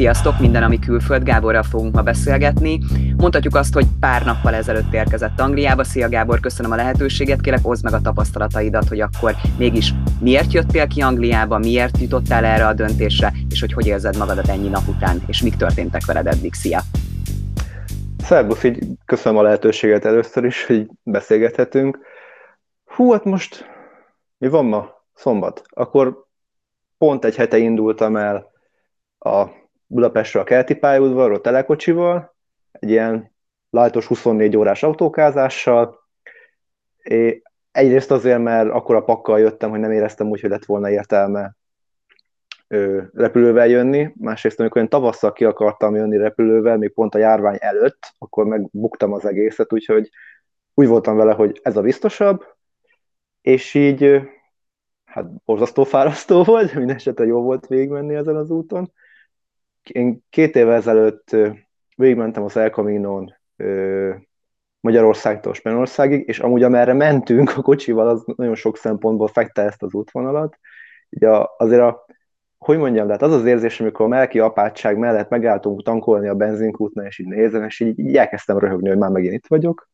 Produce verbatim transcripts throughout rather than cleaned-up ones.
Sziasztok, minden, ami külföld, Gáborral fogunk ma beszélgetni. Mondhatjuk azt, hogy pár nappal ezelőtt érkezett Angliába. Szia Gábor, köszönöm a lehetőséget, kérlek oszd meg a tapasztalataidat, hogy akkor mégis miért jöttél ki Angliába, miért jutottál erre a döntésre, és hogy hogy érzed magadat ennyi nap után, és mik történtek veled eddig. Szia! Szerbusz, így köszönöm a lehetőséget először is, hogy beszélgethetünk. Hú, hát most mi van ma? Szombat. Akkor pont egy hete indultam el a Budapestről a Keleti pályaudvarról telekocsival, egy ilyen lájtos huszonnégy órás autókázással. É, egyrészt azért, mert akkora pakkal jöttem, hogy nem éreztem úgy, hogy lett volna értelme ö, repülővel jönni. Másrészt, amikor én tavasszal ki akartam jönni repülővel, még pont a járvány előtt, akkor megbuktam az egészet, úgyhogy úgy voltam vele, hogy ez a biztosabb, és így ö, hát borzasztó fárasztó volt, mindenesetre jó volt végigmenni ezen az úton. Én két évvel ezelőtt ö, végigmentem az El Caminon ö, Magyarországtól Spanyolországig, és amúgy amerre mentünk a kocsival, az nagyon sok szempontból fekte ezt az útvonalat. Ugye azért a, hogy mondjam, de hát az az érzés, amikor a melki apátság mellett megálltunk tankolni a benzinkútnál, és így nézem, és így, így elkezdtem röhögni, hogy már megint itt vagyok.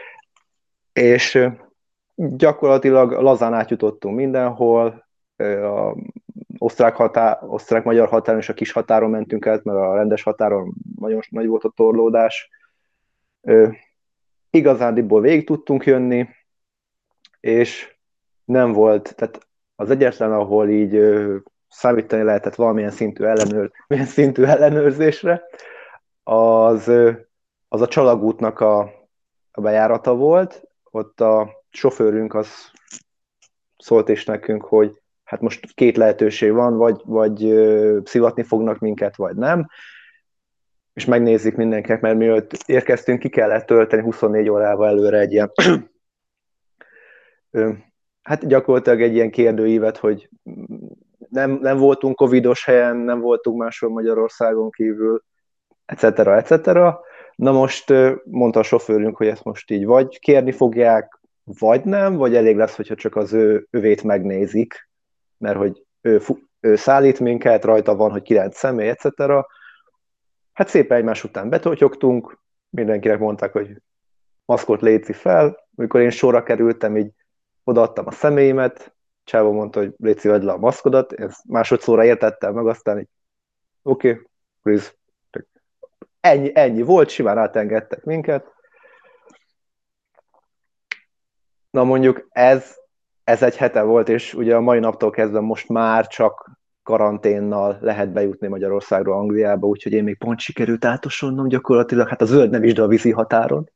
És ö, gyakorlatilag lazán átjutottunk mindenhol, ö, a osztrák határ, osztrák-magyar határon és a kis határon mentünk át, mert a rendes határon nagyon nagy volt a torlódás. Ö, Igazándiból végig tudtunk jönni, és nem volt, tehát az egyetlen, ahol így ö, számítani lehetett valamilyen szintű, ellenőr, milyen szintű ellenőrzésre, az, ö, az a Csalagútnak a, a bejárata volt. Ott a sofőrünk az szólt is nekünk, hogy hát most két lehetőség van, vagy, vagy ö, szivatni fognak minket, vagy nem, és megnézik mindenkinek, mert mielőtt érkeztünk, ki kellett tölteni huszonnégy órával előre egy ilyen hát gyakorlatilag egy ilyen kérdőívet, hogy nem, nem voltunk covidos helyen, nem voltunk máshol Magyarországon kívül, et cetera et cetera. Na most mondta a sofőrünk, hogy ezt most így vagy kérni fogják, vagy nem, vagy elég lesz, hogyha csak az ő övét megnézik, mert hogy ő, ő szállít minket, rajta van, hogy kilenc személy, et cetera. Hát szépen egymás után betotyogtunk, mindenkinek mondták, hogy maszkot léci fel. Amikor én sorra kerültem, így odaadtam a személyemet, Csávó mondta, hogy léci, vedd le a maszkodat, ezt másodszorra értettem meg, aztán így oké, okay, please. Ennyi, ennyi volt, simán átengedtek minket. Na mondjuk ez, ez egy hete volt, és ugye a mai naptól kezdve most már csak karanténnal lehet bejutni Magyarországról Angliába, úgyhogy én még pont sikerült átosonnom gyakorlatilag, hát a zöld nem is, de a vízi határon.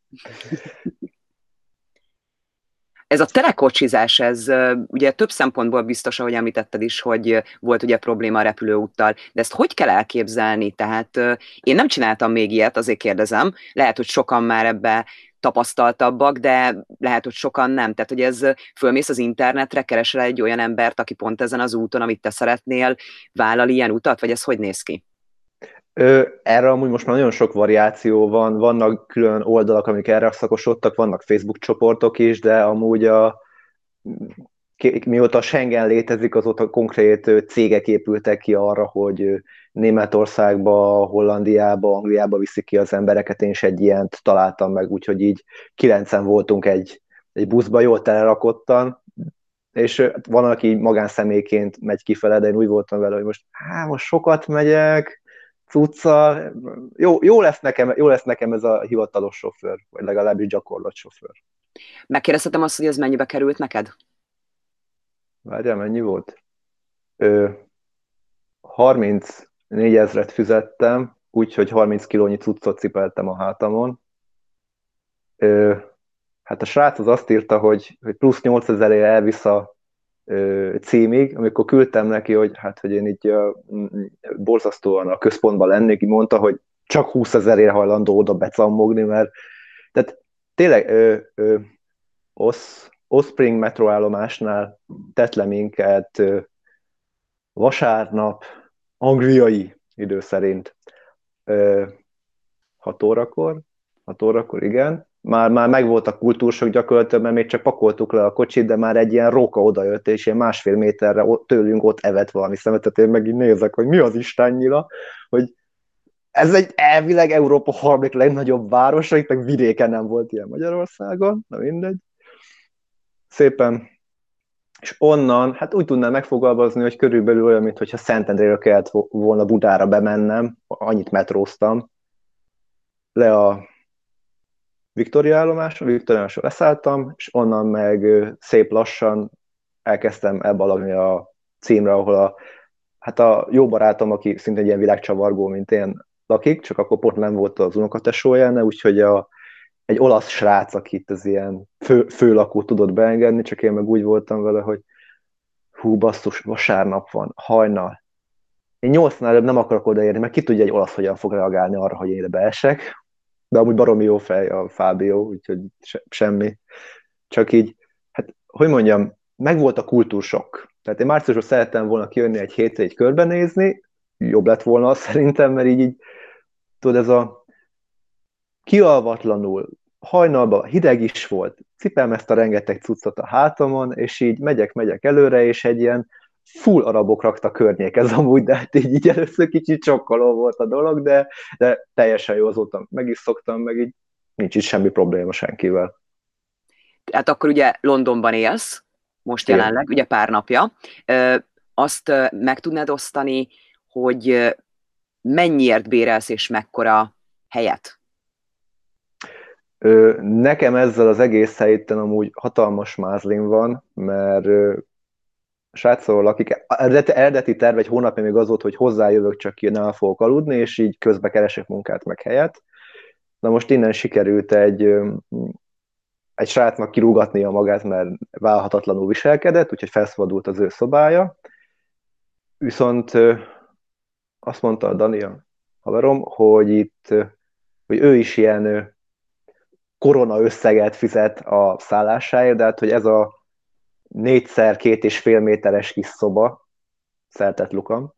Ez a telekocsizás, ez ugye több szempontból biztos, ahogy említetted is, hogy volt ugye probléma a repülőúttal, de ezt hogy kell elképzelni? Tehát én nem csináltam még ilyet, azért kérdezem, lehet, hogy sokan már ebbe tapasztaltabbak, de lehet, hogy sokan nem. Tehát, hogy ez fölmész az internetre, keresel egy olyan embert, aki pont ezen az úton, amit te szeretnél, vállal ilyen utat, vagy ez hogy néz ki? Erre amúgy most már nagyon sok variáció van, vannak külön oldalak, amik erre szakosodtak, vannak Facebook csoportok is, de amúgy a, mióta a Schengen létezik, azóta konkrét cégek épültek ki arra, hogy Németországba, Hollandiába, Angliába viszik ki az embereket, én is egy ilyent találtam meg, úgyhogy így kilencen voltunk egy, egy buszba, jól telerakottan, és van, aki magánszemélyként megy kifele, de én úgy voltam vele, hogy most, há, most sokat megyek, cuccal, jó, jó, lesz nekem, jó lesz nekem ez a hivatalos sofőr, vagy legalábbis gyakorlat sofőr. Megkérdezhetem azt, hogy ez mennyibe került neked? Várjál, mennyi volt? Ö, harmincnégy ezret fizettem, úgyhogy harminc kilónyi cuccot cipeltem a hátamon. Ö, hát a srác az azt írta, hogy, hogy plusz nyolcezerért elvisz a ö, címig, amikor küldtem neki, hogy hát, hogy én így ö, borzasztóan a központban lennék, így mondta, hogy csak húszezerért hajlandó oda becammogni, mert tehát tényleg ö, ö, Osz, Osspring metroállomásnál tett le minket ö, vasárnap angliai idő szerint ö, hat órakor, hat órakor, igen, már, már megvolt a kultúrsok gyakorlatilag, mert még csak pakoltuk le a kocsit, de már egy ilyen róka odajött, és ilyen másfél méterre tőlünk ott evett valami szemetet, én meg így nézek, hogy mi az Isten nyila, hogy ez egy elvileg Európa harmadik legnagyobb városa, itt meg vidéken nem volt ilyen Magyarországon, na mindegy. Szépen. És onnan, hát úgy tudnám megfogalmazni, hogy körülbelül olyan, mintha Szentendréről kellett volna Budára bemennem, annyit metróztam, le a Viktória állomásra, Viktória állomásra leszálltam, és onnan meg szép lassan elkezdtem elbaladni a címre, ahol a, hát a jó barátom, aki szinte egy ilyen világcsavargó, mint én, lakik, csak akkor pont nem volt az unokatesóján, úgyhogy a, egy olasz srác, akit az ilyen fő, főlakó tudott beengedni, csak én meg úgy voltam vele, hogy hú, basszus, vasárnap van, hajnal. Én nyolcnál előbb nem akarok odaérni, mert ki tudja, egy olasz hogyan fog reagálni arra, hogy én ide beesek, de amúgy baromi jó fej a Fábio, úgyhogy se, semmi. Csak így, hát hogy mondjam, megvolt a kultúrsokk. Tehát én márciusban szerettem volna kijönni egy hétre, egy körbenézni, jobb lett volna az szerintem, mert így, így tudod, ez a kialvatlanul, hajnalban hideg is volt, cipelem ezt a rengeteg cuccot a hátamon, és így megyek, megyek előre, és egy ilyen full arabok rakta környék ez amúgy, de hát így, így először kicsit csokkoló volt a dolog, de, de teljesen jó, azóta meg is szoktam, meg így nincs is semmi probléma senkivel. Hát akkor ugye Londonban élsz, most Igen. jelenleg, ugye pár napja. Azt meg tudnád osztani, hogy mennyiért bérelsz és mekkora helyet? Nekem ezzel az egész helyten amúgy hatalmas mázlim van, mert srácol lakik, eredeti, eredeti terv egy hónapja még az volt, hogy hozzájövök, csak ki nem fogok aludni, és így közben keresek munkát meg helyet. Na most innen sikerült egy, egy srácnak kirúgatnia magát, mert válhatatlanul viselkedett, úgyhogy felszabadult az ő szobája. Viszont azt mondta a Dani, a haverom, hogy itt, hogy ő is ilyen korona összeget fizet a szállásáért, de hát, hogy ez a négyszer két és fél méteres kis szoba, szeltet lukam,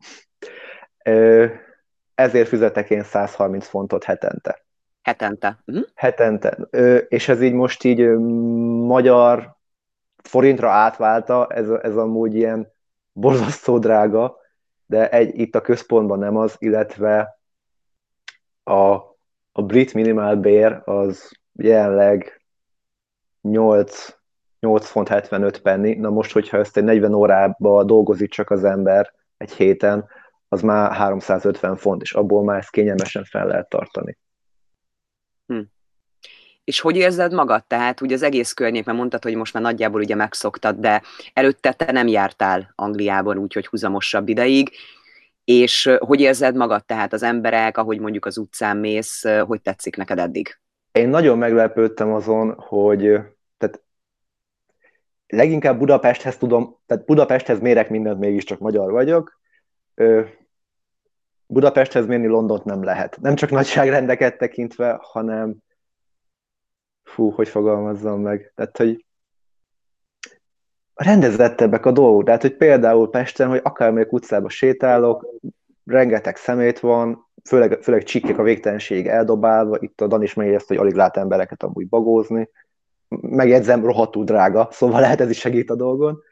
ezért fizetek én száz harminc fontot hetente. Hetente. Uh-huh. Hetente. És ez így most így magyar forintra átválta, ez, ez amúgy ilyen borzasztó drága, de egy, itt a központban nem az, illetve a, a brit minimálbér az jelenleg nyolc, nyolc font hetvenöt penny. Na most, hogyha ezt egy negyven órába dolgozik csak az ember egy héten, az már háromszázötven font, és abból már ezt kényelmesen fel lehet tartani. Hm. És hogy érzed magad? Tehát ugye az egész környék, mert mondtad, hogy most már nagyjából ugye megszoktad, de előtte te nem jártál Angliában úgy, hogy húzamosabb ideig, és hogy érzed magad? Tehát az emberek, ahogy mondjuk az utcán mész, hogy tetszik neked eddig? Én nagyon meglepődtem azon, hogy tehát leginkább Budapesthez tudom, tehát Budapesthez mérek mindent, mégiscsak magyar vagyok. Budapesthez mérni Londont nem lehet. Nem csak nagyságrendeket tekintve, hanem fú, hogy fogalmazzam meg. Tehát, hogy rendezettebbek a dolgok. Tehát, hogy például Pesten, hogy akármelyik utcába sétálok, rengeteg szemét van, főleg, főleg csikkek a végtelenség eldobálva, itt a Dan is megérzt, hogy alig lát embereket amúgy bagózni. Megjegyzem, rohadtul drága, szóval lehet ez is segít a dolgon.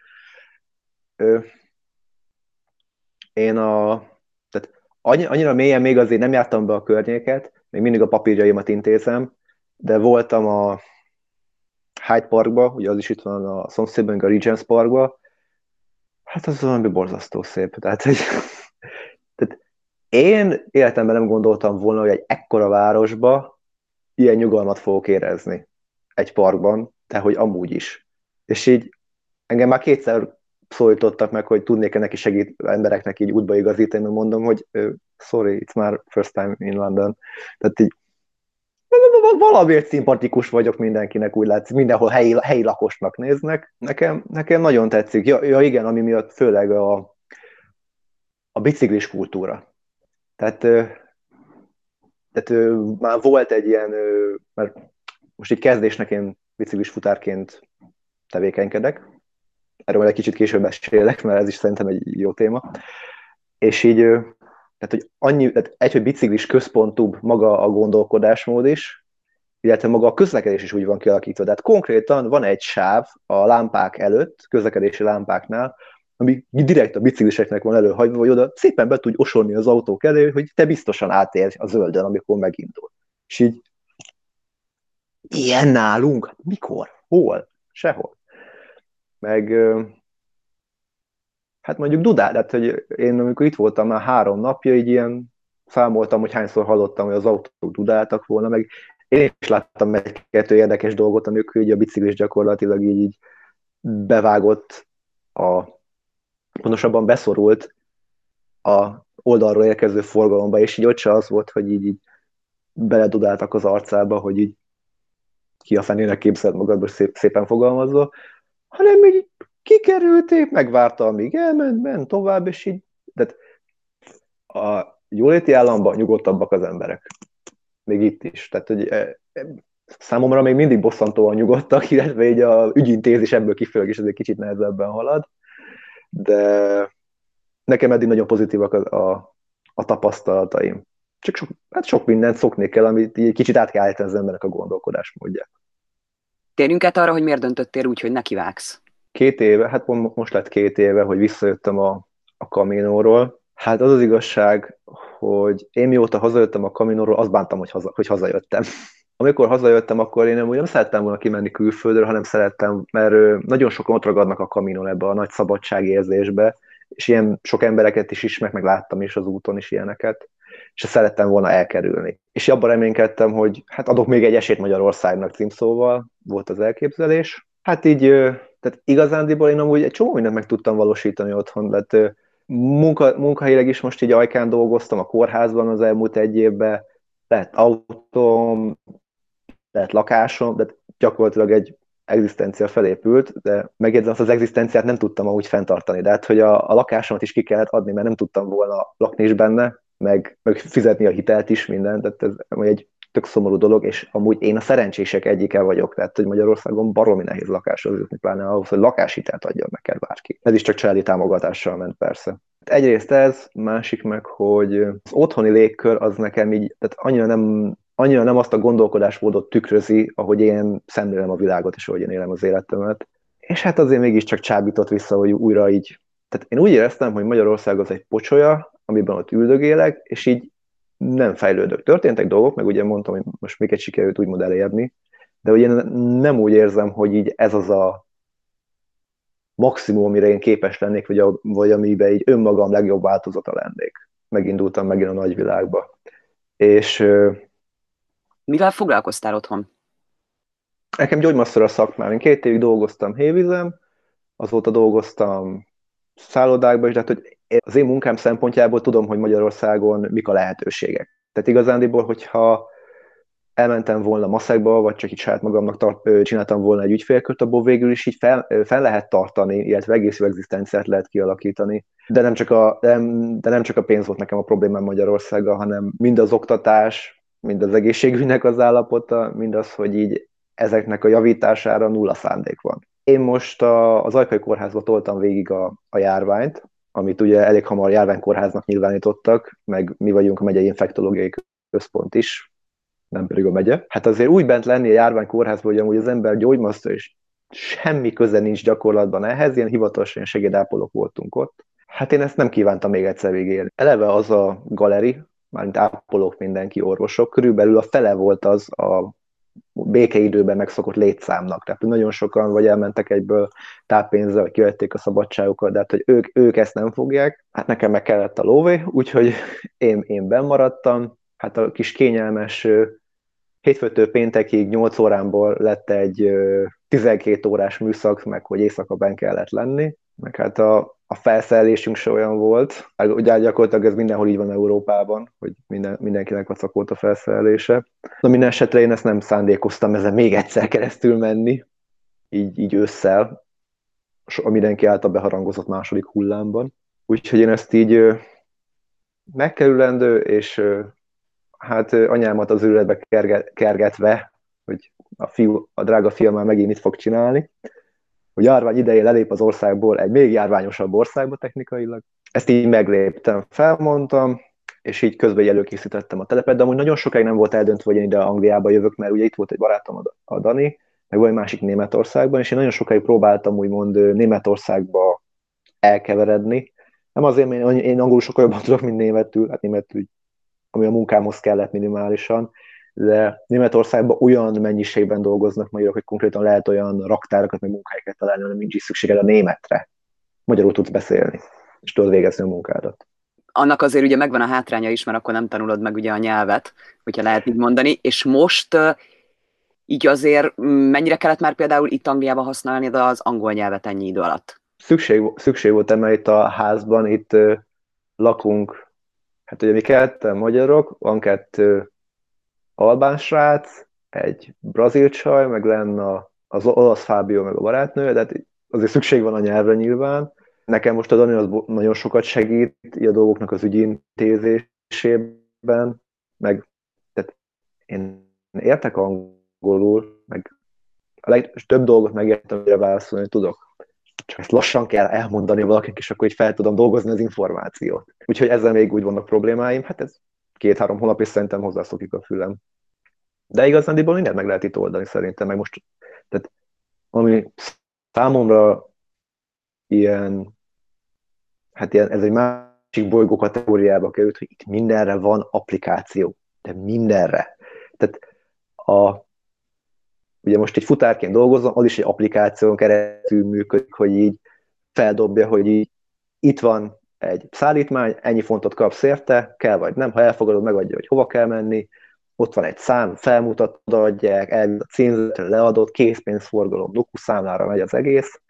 Én a... Tehát annyira mélyen még azért nem jártam be a környéket, még mindig a papírjaimat intézem, de voltam a Hyde Parkba, ugye az is itt van a szomszédban, a Regent's Parkba. Hát az valami borzasztó szép. Tehát, hogy, tehát én életemben nem gondoltam volna, hogy egy ekkora városba ilyen nyugalmat fogok érezni egy parkban, de hogy amúgy is. És így engem már kétszer szólítottak meg, hogy tudnék-e neki segít embereknek így útba igazítani, mert mondom, hogy sorry, it's my first time in London. Tehát így valamiért szimpatikus vagyok mindenkinek, úgy látszik, mindenhol helyi, helyi lakosnak néznek. Nekem, nekem nagyon tetszik. Ja, ja igen, ami miatt főleg a, a biciklis kultúra. Tehát, tehát már volt egy ilyen, mert most így kezdésnek én biciklis futárként tevékenykedek. Erről egy kicsit később beszélek, mert ez is szerintem egy jó téma. És így, tehát, hogy annyi, tehát egy, hogy biciklis központúbb maga a gondolkodásmód is, illetve maga a közlekedés is úgy van kialakítva. Tehát konkrétan van egy sáv a lámpák előtt, közlekedési lámpáknál, ami direkt a bicikliseknek van előhagyva, hogy oda szépen be tudj osolni az autók elő, hogy te biztosan átérj a zöldön, amikor megindul. És így ilyen nálunk? Hát mikor? Hol? Sehol. Meg hát mondjuk dudál, hát hogy én amikor itt voltam már három napja, így ilyen számoltam, hogy hányszor hallottam, hogy az autók dudáltak volna, meg én is láttam egy-kettő érdekes dolgot, amikor így a biciklis gyakorlatilag így, így bevágott, a, pontosabban beszorult a oldalról érkező forgalomba, és így ott se az volt, hogy így, így beledudáltak az arcába, hogy így ki a fenének képzeld magadba szép, szépen fogalmazva, hanem így kikerülték, megvárta, amíg elment, ment tovább, és így, de a jóléti államban nyugodtabbak az emberek. Még itt is. Tehát, hogy számomra még mindig bosszantóan nyugodtak, illetve így a ügyintézés ebből kifolyólag is ez egy kicsit nehezebben halad, de nekem eddig nagyon pozitívak a, a, a tapasztalataim. Csak sok, hát sok mindent szokni kell, amit így kicsit át kell állítani az embernek a gondolkodásmódját. Térjünk át arra, hogy miért döntöttél úgy, hogy nekivágsz. Két éve, hát most lett két éve, hogy visszajöttem a, a Caminóról. Hát az az igazság, hogy én mióta hazajöttem a Caminóról, azt bántam, hogy, haza, hogy hazajöttem. Amikor hazajöttem, akkor én nem, nem szerettem volna kimenni külföldre, hanem szerettem, mert nagyon sokan ott ragadnak a Caminón ebbe a nagy szabadságérzésbe, és ilyen sok embereket is ismerek, meg láttam is az úton is ilyeneket, és ezt szerettem volna elkerülni. És abban reménykedtem, hogy hát adok még egy esélyt Magyarországnak címszóval, volt az elképzelés. Hát így, tehát igazándiból én amúgy egy csomó mindent meg tudtam valósítani otthon, tehát munka, munkahelyileg is most így Ajkán dolgoztam, a kórházban az elmúlt egy évben, lett autóm, lett lakásom, de gyakorlatilag egy egzisztencia felépült, de megjegyzem, azt az egzisztenciát nem tudtam amúgy fenntartani, de hát, hogy a, a lakásomat is ki kellett adni, mert nem tudtam volna lakni is benne, meg, meg fizetni a hitelt is, mindent, tehát ez egy tök szomorú dolog, és amúgy én a szerencsések egyike vagyok, tehát hogy Magyarországon baromi nehéz lakáshoz jutni, pláne ahhoz, hogy lakáshitelt adjon neked bárki. Ez is csak családi támogatással ment persze. Egyrészt ez, másik meg, hogy az otthoni légkör az nekem így, tehát annyira nem, annyira nem azt a gondolkodásmódot tükrözi, ahogy én szemlélem a világot, és ahogy én élem az életemet. És hát azért mégiscsak csábított vissza, hogy újra így, tehát én úgy éreztem, hogy Magyarország az egy pocsolya, amiben ott üldögélek, és így nem fejlődök. Történtek dolgok, meg ugye mondtam, hogy most miket sikerült úgymond elérni, de ugye nem úgy érzem, hogy így ez az a maximum, amire én képes lennék, vagy, a, vagy amiben így önmagam legjobb változata lennék. Megindultam megint a nagyvilágba. És mivel foglalkoztál otthon? Nekem gyógymasszor a szakmám. Én két évig dolgoztam hévízem, azóta dolgoztam szállodákban is, de hát, hogy az én munkám szempontjából tudom, hogy Magyarországon mik a lehetőségek. Tehát igazándiból, hogyha elmentem volna maszekba, vagy csak így saját magamnak tart, csináltam volna egy ügyfélkört, abból végül is így fel, fel lehet tartani, illetve egész jó egzisztenciát lehet kialakítani. De nem, csak a, nem, de nem csak a pénz volt nekem a problémám Magyarországgal, hanem mind az oktatás, mind az egészségügynek az állapota, mind az, hogy így ezeknek a javítására nulla szándék van. Én most a, az Ajkai Kórházba toltam végig a, a járványt, amit ugye elég hamar járványkórháznak nyilvánítottak, meg mi vagyunk a megyei infektológiai központ is, nem pedig a megye. Hát azért úgy bent lenni a járványkórházban, hogy amúgy az ember gyógymasztó, és semmi köze nincs gyakorlatban ehhez, ilyen hivatalosan segédápolók voltunk ott. Hát én ezt nem kívántam még egyszer végigélni. Eleve az a galeri, mármint ápolók, mindenki, orvosok, körülbelül a fele volt az a békeidőben megszokott létszámnak. Tehát nagyon sokan vagy elmentek egyből táppénzzel, vagy kivették a szabadságukat, de hát, hogy ők, ők ezt nem fogják. Hát nekem meg kellett a lóvé, úgyhogy én, én benn maradtam. Hát a kis kényelmes hétfőtől péntekig nyolc órámból lett egy tizenkét órás műszak, meg hogy éjszaka benn kellett lenni. Meg hát a, a felszerelésünk se olyan volt. Ugye gyakorlatilag ez mindenhol így van Európában, hogy minden, mindenkinek vacak volt a felszerelése. Na minden esetre én ezt nem szándékoztam ezen még egyszer keresztül menni, így, így ősszel, a mindenki által beharangozott második hullámban. Úgyhogy én ezt így megkerülendő, és hát anyámat az őrületbe kergetve, hogy a, fiú, a drága fiam már megint mit fog csinálni, hogy járvány idején lelép az országból egy még járványosabb országba technikailag. Ezt így megléptem, felmondtam, és így közben előkészítettem a telepet, de amúgy nagyon sokáig nem volt eldöntve, hogy én ide Angliába jövök, mert ugye itt volt egy barátom, a Dani, meg vagy másik Németországban, és én nagyon sokáig próbáltam úgymond Németországba elkeveredni. Nem azért, mert én angolul sokkal jobban tudok, mint németül, hát németül, ami a munkámhoz kellett minimálisan, de Németországban olyan mennyiségben dolgoznak magyarok, hogy konkrétan lehet olyan raktárakat, meg munkahelyeket találni, hogy nincs is szükséged a németre. Magyarul tudsz beszélni, és tudod végezni a munkádat. Annak azért ugye megvan a hátránya is, mert akkor nem tanulod meg ugye a nyelvet, hogyha lehet így mondani, és most uh, így azért mennyire kellett már például itt Angliában használni az angol nyelvet ennyi idő alatt? Szükség, szükség volt, mert itt a házban itt uh, lakunk, hát ugye mi ketten magyarok, van kettő albán srác, egy brazil csaj, meg lenne az olasz Fábio, meg a barátnője, tehát azért szükség van a nyelvre nyilván. Nekem most a Dani az nagyon sokat segít a dolgoknak az ügyintézésében, meg tehát én értek angolul, meg a legtöbb dolgot megértem, amire válaszolni tudok. Csak ezt lassan kell elmondani valakinek, és akkor így fel tudom dolgozni az információt. Úgyhogy ezzel még úgy vannak problémáim, hát ez két-három hónap, és szerintem hozzászokik a fülem. De igazándiból mindent meg lehet itt oldani szerintem, meg most, tehát ami számomra ilyen, hát ilyen, ez egy másik bolygó kategóriába került, hogy itt mindenre van applikáció, de mindenre. Tehát a, ugye most egy futárként dolgozom, az is egy applikáción keresztül működik, hogy így feldobja, hogy így itt van egy szállítmány, ennyi fontot kapsz érte, kell vagy nem, ha elfogadod, megadja, hogy hova kell menni, ott van egy szám, felmutatod, adják, elvitt a címzetre, leadod, készpénzforgalom, dokuszámlára megy az egész,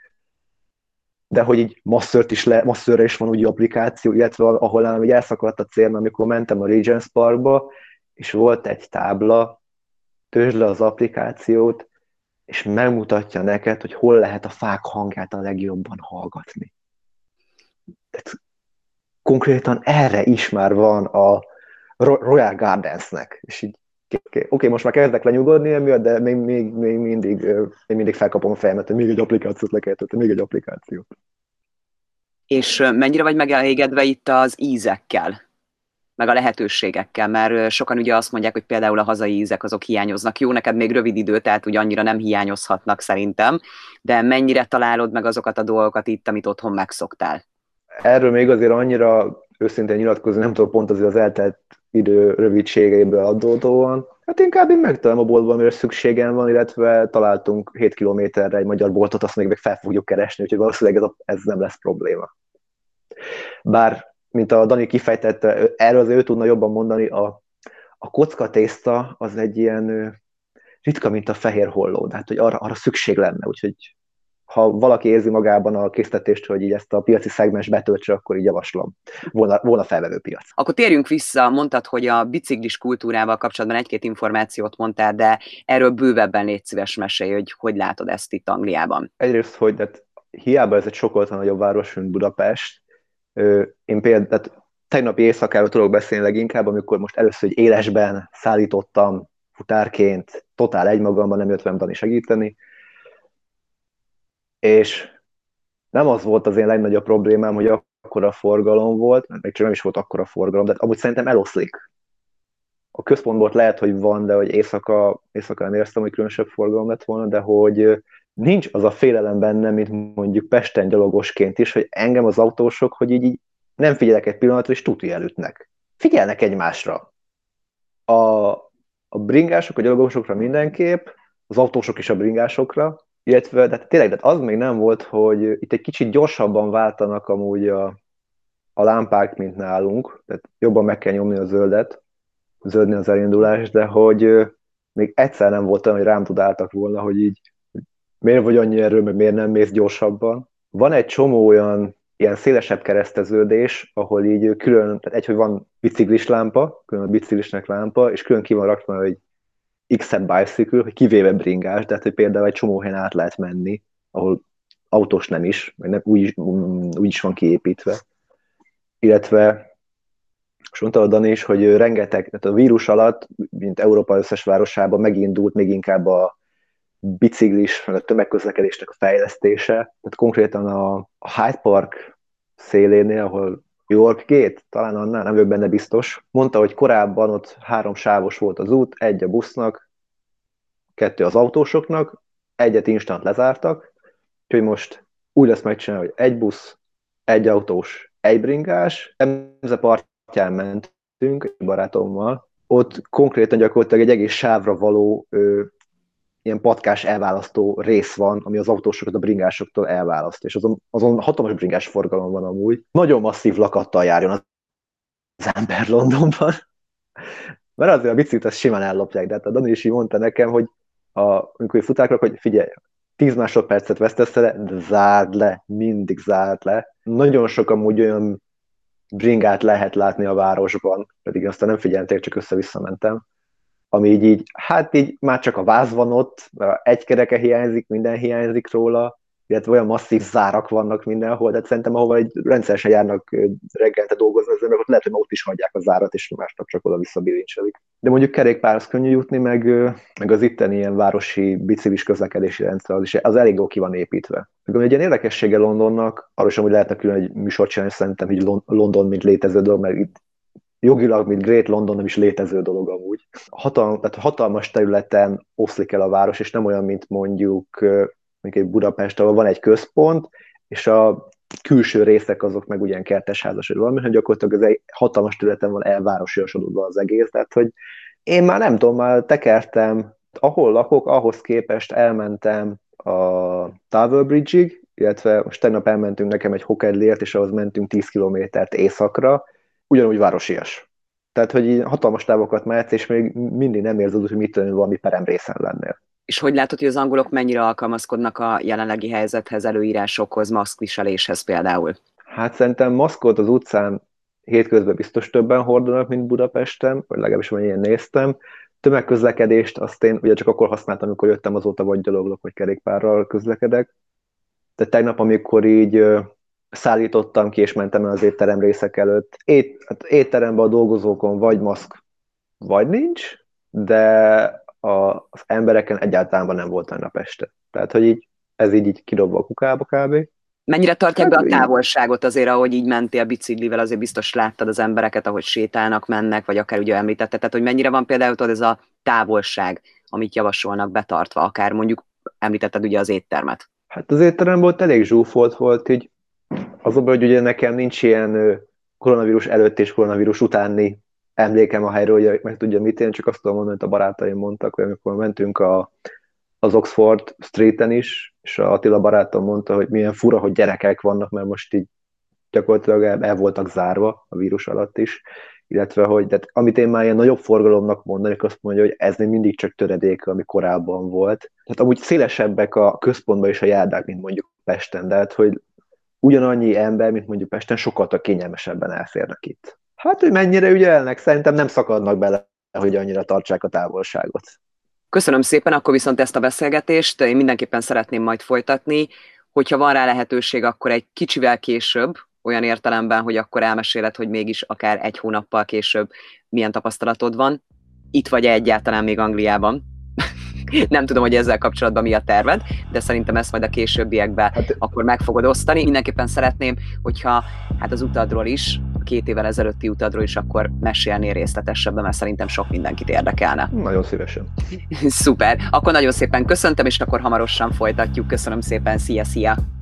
de hogy így masszört is le, masszörre is van úgy applikáció, illetve ahol nálam így elszakadt a cél, amikor mentem a Regents Parkba, és volt egy tábla, töltsd le az applikációt, és megmutatja neked, hogy hol lehet a fák hangját a legjobban hallgatni. Tehát konkrétan erre is már van a Royal Gardensnek, és így oké, okay, okay, most már kezdek lenyugodni emiatt, de még, még, még, mindig, még mindig felkapom a fejemet, hogy még egy applikációt le kell tölteni, még egy applikációt. És mennyire vagy megelégedve itt az ízekkel, meg a lehetőségekkel, mert sokan ugye azt mondják, hogy például a hazai ízek azok hiányoznak. Jó, neked még rövid idő, tehát ugye annyira nem hiányozhatnak szerintem, de mennyire találod meg azokat a dolgokat itt, amit otthon megszoktál? Erről még azért annyira őszintén nyilatkozni, nem tudom, pont azért az eltelt idő rövidségéből adódóan. Hát inkább én megtalálom a boltban, amire szükségem van, illetve találtunk hét kilométerre egy magyar boltot, azt még meg fel fogjuk keresni, úgyhogy valószínűleg ez, a, ez nem lesz probléma. Bár, mint a Dani kifejtette, erről azért ő tudna jobban mondani, a, a kocka tészta az egy ilyen ritka, mint a fehér holló, de hát hogy arra, arra szükség lenne, úgyhogy ha valaki érzi magában a késztetést, hogy így ezt a piaci szegmens betöltse, akkor így javaslom. Volna, volna felvevő piac. Akkor térjünk vissza, mondtad, hogy a biciklis kultúrával kapcsolatban egy-két információt mondtál, de erről bővebben légy szíves mesélj, hogy hogy látod ezt itt Angliában. Egyrészt, hogy hát, hiába ez egy sokkal nagyobb város, mint Budapest. Én például tehát, tegnapi éjszakáról tudok beszélni leginkább, amikor most először egy élesben szállítottam futárként, totál egymagamban, nem jött velem Dani segíteni, és nem az volt az én legnagyobb problémám, hogy akkora forgalom volt, mert még csak nem is volt akkora forgalom, de amúgy szerintem eloszlik. A központból lehet, hogy van, de hogy éjszaka, éjszaka nem éreztem, hogy különösebb forgalom lett volna, de hogy nincs az a félelem bennem, mint mondjuk Pesten gyalogosként is, hogy engem az autósok, hogy így, így nem figyelek egy pillanatra, és tuti elütnek. Figyelnek egymásra. A, a bringások, a gyalogosokra mindenképp, az autósok is a bringásokra, illetve, de tényleg, de az még nem volt, hogy itt egy kicsit gyorsabban váltanak amúgy a, a lámpák, mint nálunk, tehát jobban meg kell nyomni a zöldet, zöldni az elindulás, de hogy még egyszer nem volt olyan, hogy rám tudáltak volna, hogy így miért vagy annyi erről, meg miért nem mész gyorsabban. Van egy csomó olyan ilyen szélesebb kereszteződés, ahol így külön, tehát egy, hogy van biciklis lámpa, külön a biciklisnek lámpa, és külön ki van rakva, hogy X-ebb bicycle, hogy kivéve bringás, tehát hogy például egy csomó helyen át lehet menni, ahol autós nem is, vagy nem, úgy, úgy is van kiépítve. Illetve, és mondta a Dani is, hogy rengeteg, tehát a vírus alatt, mint Európa összes városában megindult még inkább a biciklis, meg a tömegközlekedésnek a fejlesztése. Tehát konkrétan a, a Hyde Park szélénél, ahol York Gate, talán annál, nem vagyok benne biztos, mondta, hogy korábban ott három sávos volt az út, egy a busznak, kettő az autósoknak, egyet instant lezártak, úgyhogy most úgy lesz megcsinálni, hogy egy busz, egy autós, egy bringás, Emze partján mentünk egy barátommal, ott konkrétan gyakorlatilag egy egész sávra való ö, ilyen patkás elválasztó rész van, ami az autósokat a bringásoktól elválaszt, és azon, azon hatalmas bringás forgalom van amúgy. Nagyon masszív lakattal járjon az ember Londonban, mert azért a biciklit azt simán ellopják, de hát a Dani is így mondta nekem, hogy a, amikor futáknak, hogy figyelj, tíz másodpercet vesztesz le, de zárd le, mindig zárd le. Nagyon sok amúgy olyan bringát lehet látni a városban, pedig aztán nem figyelték, csak össze-vissza mentem, ami így, így, hát így már csak a váz van ott, egy kereke hiányzik, minden hiányzik róla, illetve olyan masszív zárak vannak mindenhol, de szerintem ahova egy rendszeresen járnak reggelente dolgozni, az emberek, ott lehet, hogy ott is hagyják a zárat, és másnap csak oda-vissza bilincselik. De mondjuk kerékpárhoz könnyű jutni, meg, meg az itteni ilyen városi biciklis közlekedési rendszer, az, is, az elég jól ki van építve. Meg egy ilyen érdekessége Londonnak, arról sem, hogy lehetne külön egy műsort csinálni, szerintem, hogy London, mint létező dolog, mert itt jogilag, mint Great London nem is létező dolog amúgy. Hatal, tehát hatalmas területen oszlik el a város, és nem olyan, mint mondjuk, mondjuk egy Budapest, ahol van egy központ, és a külső részek azok meg ugyan kertesházas, vagy valami, hogy gyakorlatilag az egy hatalmas területen van elvárosiasodva az egész, tehát hogy én már nem tudom, már tekertem, ahol lakok, ahhoz képest elmentem a Tower Bridge-ig, illetve most tegnap elmentünk nekem egy Hockedliért, és ahhoz mentünk tíz kilométert északra, ugyanúgy városias. Tehát, hogy így hatalmas távokat mehetsz, és még mindig nem érzed, hogy mit tenni, valami peremrészen lennél. És hogy látod, hogy az angolok mennyire alkalmazkodnak a jelenlegi helyzethez, előírásokhoz, maszkviseléshez például? Hát szerintem maszkot az utcán hétközben biztos többen hordanak, mint Budapesten, vagy legalábbis én néztem. Tömegközlekedést azt én ugye csak akkor használtam, amikor jöttem, azóta vagy gyaloglok, vagy kerékpárral közlekedek. De tegnap, amikor így szállítottam ki, és mentem el az étterem részek előtt. Ét, hát étteremben a dolgozókon vagy maszk, vagy nincs, de a, az embereken egyáltalán nem volt tegnap este. Tehát, hogy így, ez így, így kidobva a kukába kb. Mennyire tartják hát, be a távolságot azért, ahogy így mentél biciklivel, azért biztos láttad az embereket, ahogy sétálnak, mennek, vagy akár ugye említetted, tehát hogy mennyire van például tudod, ez a távolság, amit javasolnak betartva, akár mondjuk említetted ugye az éttermet. Hát az étterem volt elég zsúfolt volt, így az a baj, hogy ugye nekem nincs ilyen koronavírus előtt és koronavírus utáni emlékem a helyről, hogy meg tudja mit, én csak azt tudom mondani, hogy a barátaim mondtak, hogy amikor mentünk a, az Oxford Streeten is, és a Attila barátom mondta, hogy milyen fura, hogy gyerekek vannak, mert most így gyakorlatilag el, el voltak zárva a vírus alatt is, illetve, hogy de amit én már ilyen nagyobb forgalomnak mondanék, azt mondja, hogy ez még mindig csak töredéke, ami korábban volt. Tehát amúgy szélesebbek a központban is a járdák, mint mondjuk Pesten, de hát, hogy ugyanannyi ember, mint mondjuk Pesten, sokkal kényelmesebben elférnek itt. Hát, hogy mennyire ügyelnek, szerintem nem szakadnak bele, hogy annyira tartsák a távolságot. Köszönöm szépen, akkor viszont ezt a beszélgetést én mindenképpen szeretném majd folytatni, hogyha van rá lehetőség, akkor egy kicsivel később, olyan értelemben, hogy akkor elmeséled, hogy mégis akár egy hónappal később milyen tapasztalatod van. Itt vagy egyáltalán még Angliában? Nem tudom, hogy ezzel kapcsolatban mi a terved, de szerintem ezt majd a későbbiekben hát, akkor meg fogod osztani. Mindenképpen szeretném, hogyha hát az utadról is, a két évvel ezelőtti utadról is akkor mesélnél részletesebben, mert szerintem sok mindenkit érdekelne. Nagyon szívesen. Szuper. Akkor nagyon szépen köszöntem, és akkor hamarosan folytatjuk. Köszönöm szépen. Szia, szia!